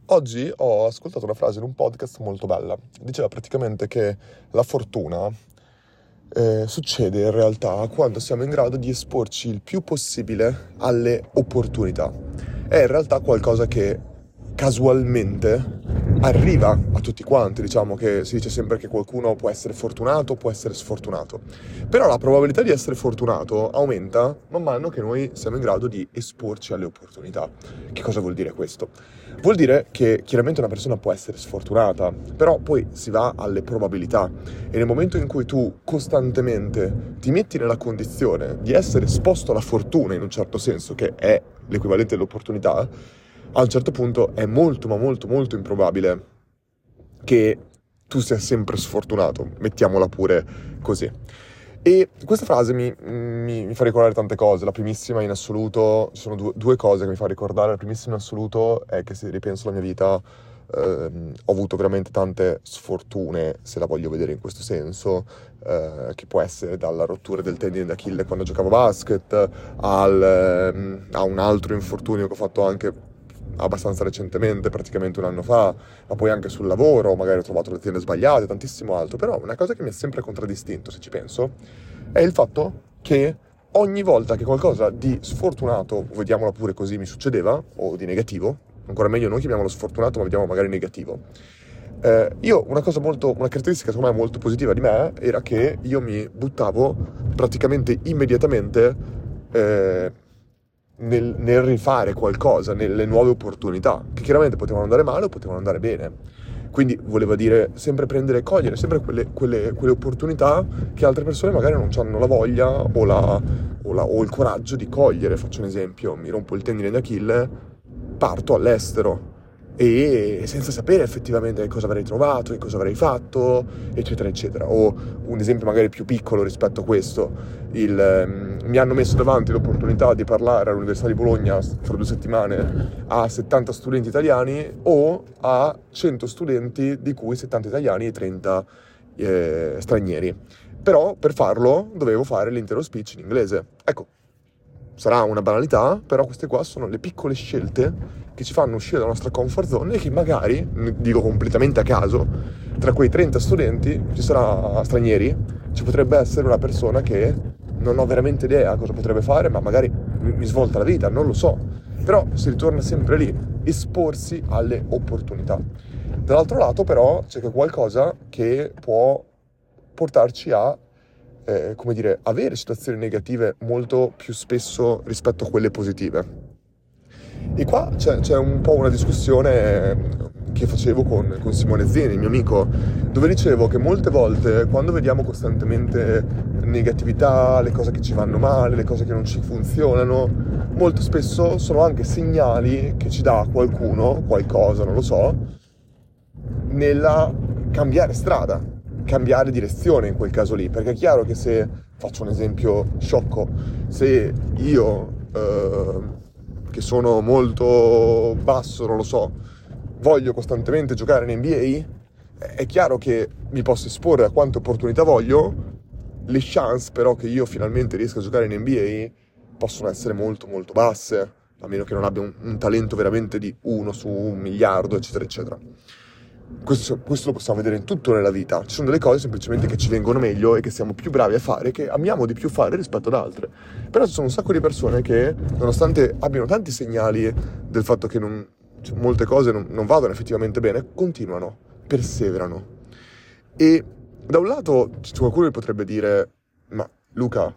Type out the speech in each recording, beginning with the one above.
Oggi ho ascoltato una frase in un podcast molto bella. Diceva praticamente che la fortuna succede in realtà quando siamo in grado di esporci il più possibile alle opportunità. È in realtà qualcosa che casualmente arriva a tutti quanti. Diciamo che si dice sempre che qualcuno può essere fortunato, può essere sfortunato. Però la probabilità di essere fortunato aumenta man mano che noi siamo in grado di esporci alle opportunità. Che cosa vuol dire questo? Vuol dire che chiaramente una persona può essere sfortunata, però poi si va alle probabilità e nel momento in cui tu costantemente ti metti nella condizione di essere esposto alla fortuna in un certo senso, che è l'equivalente dell'opportunità, a un certo punto è molto ma molto molto improbabile che tu sia sempre sfortunato, mettiamola pure così. E questa frase mi fa ricordare tante cose. La primissima in assoluto, ci sono due cose che mi fa ricordare. La primissima in assoluto è che se ripenso alla mia vita ho avuto veramente tante sfortune, se la voglio vedere in questo senso, che può essere dalla rottura del tendine d'Achille quando giocavo a basket a un altro infortunio che ho fatto anche abbastanza recentemente, praticamente un anno fa, ma poi anche sul lavoro, magari ho trovato le aziende sbagliate, tantissimo altro. Però una cosa che mi ha sempre contraddistinto, se ci penso, è il fatto che ogni volta che qualcosa di sfortunato, vediamola pure così, mi succedeva, o di negativo, ancora meglio non chiamiamolo sfortunato, ma vediamo magari negativo, io una caratteristica secondo me molto positiva di me era che io mi buttavo praticamente immediatamente nel rifare qualcosa, nelle nuove opportunità, che chiaramente potevano andare male o potevano andare bene. Quindi voleva dire sempre cogliere sempre quelle opportunità che altre persone magari non hanno la voglia o il coraggio di cogliere. Faccio un esempio: mi rompo il tendine d'Achille, parto all'estero e senza sapere effettivamente che cosa avrei trovato, che cosa avrei fatto, eccetera eccetera. O un esempio magari più piccolo rispetto a questo: mi hanno messo davanti l'opportunità di parlare all'Università di Bologna fra 2 settimane a 70 studenti italiani o a 100 studenti, di cui 70 italiani e 30 stranieri. Però per farlo dovevo fare l'intero speech in inglese. Ecco, sarà una banalità, però queste qua sono le piccole scelte che ci fanno uscire dalla nostra comfort zone e che magari, dico completamente a caso, tra quei 30 studenti ci sarà stranieri, ci potrebbe essere una persona che non ho veramente idea cosa potrebbe fare, ma magari mi svolta la vita, non lo so. Però si ritorna sempre lì, esporsi alle opportunità. Dall'altro lato però c'è che qualcosa che può portarci a avere situazioni negative molto più spesso rispetto a quelle positive. E qua c'è un po' una discussione che facevo con Simone Zeni, il mio amico, dove dicevo che molte volte quando vediamo costantemente negatività, le cose che ci vanno male, le cose che non ci funzionano, molto spesso sono anche segnali che ci dà qualcuno, qualcosa, non lo so, nella cambiare strada, cambiare direzione in quel caso lì. Perché è chiaro che se, faccio un esempio sciocco, se io che sono molto basso, non lo so, voglio costantemente giocare in NBA, è chiaro che mi posso esporre a quante opportunità voglio. Le chance però che io finalmente riesca a giocare in NBA possono essere molto molto basse, a meno che non abbia un talento veramente di 1 su 1 miliardo, eccetera eccetera. Questo lo possiamo vedere in tutto nella vita. Ci sono delle cose semplicemente che ci vengono meglio e che siamo più bravi a fare, che amiamo di più fare rispetto ad altre. Però ci sono un sacco di persone che, nonostante abbiano tanti segnali del fatto che molte cose non vadano effettivamente bene, continuano, perseverano. E da un lato qualcuno mi potrebbe dire: ma Luca,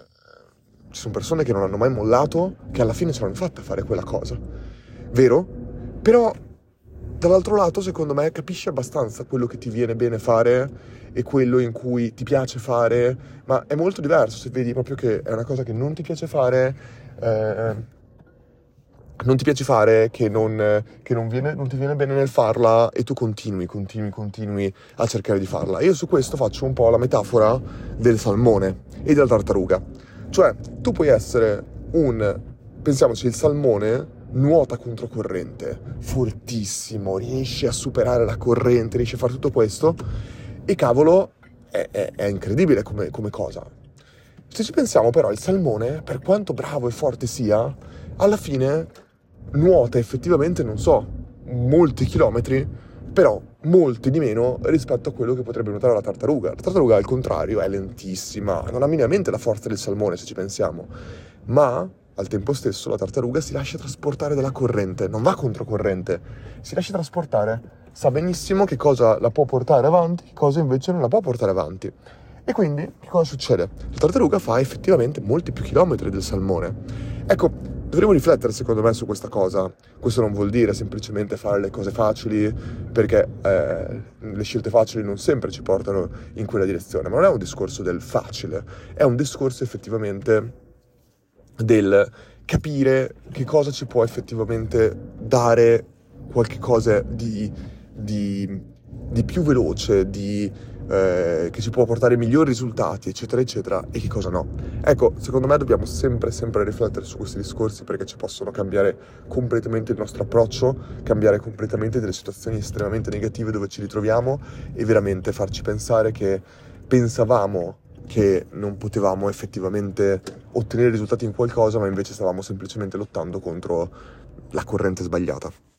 ci sono persone che non hanno mai mollato, che alla fine ce l'hanno fatta a fare quella cosa. Vero? Però dall'altro lato, secondo me, capisci abbastanza quello che ti viene bene fare e quello in cui ti piace fare, ma è molto diverso se vedi proprio che è una cosa che non ti piace fare, che non ti viene bene nel farla, e tu continui a cercare di farla. Io su questo faccio un po' la metafora del salmone e della tartaruga. Cioè, tu puoi essere pensiamoci, il salmone nuota controcorrente, fortissimo, riesce a superare la corrente, riesce a fare tutto questo, e cavolo, è incredibile come cosa. Se ci pensiamo però, il salmone, per quanto bravo e forte sia, alla fine nuota effettivamente, non so, molti chilometri, però molti di meno rispetto a quello che potrebbe nuotare la tartaruga. La tartaruga, al contrario, è lentissima, non ha minimamente la forza del salmone, se ci pensiamo, ma al tempo stesso la tartaruga si lascia trasportare dalla corrente, non va controcorrente, si lascia trasportare, sa benissimo che cosa la può portare avanti, che cosa invece non la può portare avanti. E quindi che cosa succede? La tartaruga fa effettivamente molti più chilometri del salmone. Ecco, dovremmo riflettere secondo me su questa cosa. Questo non vuol dire semplicemente fare le cose facili, perché le scelte facili non sempre ci portano in quella direzione, ma non è un discorso del facile, è un discorso effettivamente del capire che cosa ci può effettivamente dare qualche cosa di più veloce, che ci può portare migliori risultati, eccetera, eccetera, e che cosa no. Ecco, secondo me dobbiamo sempre riflettere su questi discorsi, perché ci possono cambiare completamente il nostro approccio, cambiare completamente delle situazioni estremamente negative dove ci ritroviamo e veramente farci pensare che pensavamo che non potevamo effettivamente ottenere risultati in qualcosa, ma invece stavamo semplicemente lottando contro la corrente sbagliata.